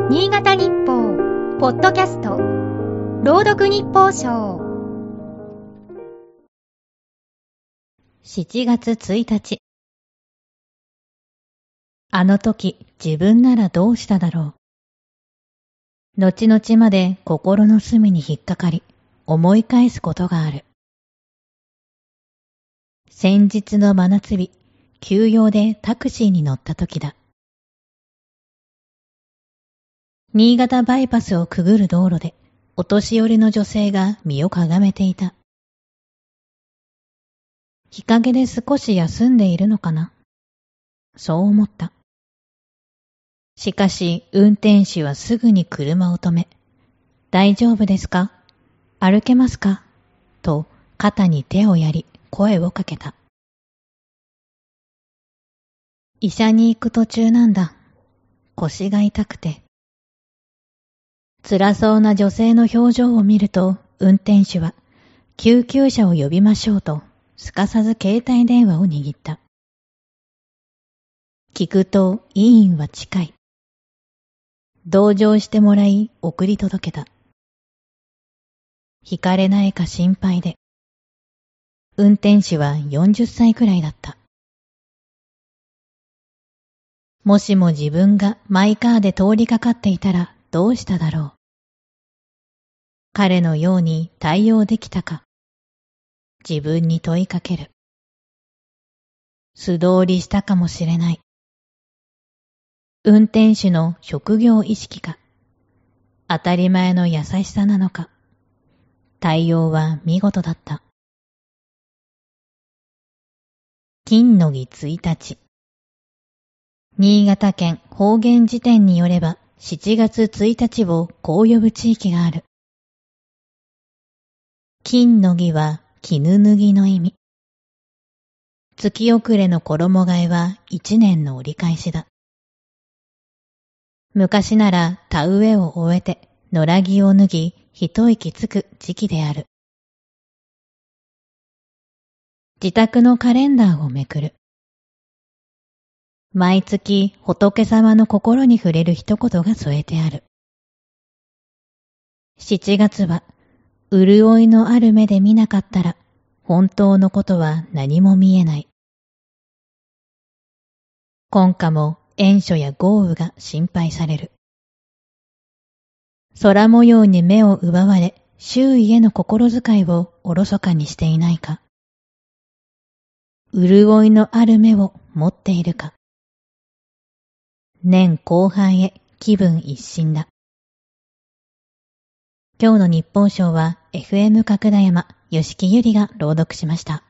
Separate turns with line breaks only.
新潟日報ポッドキャスト朗読日報賞
7月1日。あの時自分ならどうしただろう。後々まで心の隅に引っかかり思い返すことがある。先日の真夏日、休養でタクシーに乗った時だ。新潟バイパスをくぐる道路でお年寄りの女性が身をかがめていた。日陰で少し休んでいるのかな。そう思った。しかし運転手はすぐに車を止め、大丈夫ですか？歩けますか？と肩に手をやり声をかけた。医者に行く途中なんだ。腰が痛くて。辛そうな女性の表情を見ると、運転手は救急車を呼びましょうと、すかさず携帯電話を握った。聞くと医院は近い。同乗してもらい送り届けた。引かれないか心配で。運転手は40歳くらいだった。もしも自分がマイカーで通りかかっていたらどうしただろう。彼のように対応できたか。自分に問いかける。素通りしたかもしれない。運転手の職業意識か。当たり前の優しさなのか。対応は見事だった。金の木1日。新潟県方言辞典によれば7月1日をこう呼ぶ地域がある。金の木は絹脱ぎの意味。月遅れの衣替えは1年の折り返しだ。昔なら田植えを終えて野良着を脱ぎ一息つく時期である。自宅のカレンダーをめくる。毎月仏様の心に触れる一言が添えてある。7月は潤いのある目で見なかったら本当のことは何も見えない。今夏も炎暑や豪雨が心配される。空模様に目を奪われ、周囲への心遣いをおろそかにしていないか。潤いのある目を持っているか。年後半へ気分一新だ。今日の日報賞は FM 角田山、吉木ゆりが朗読しました。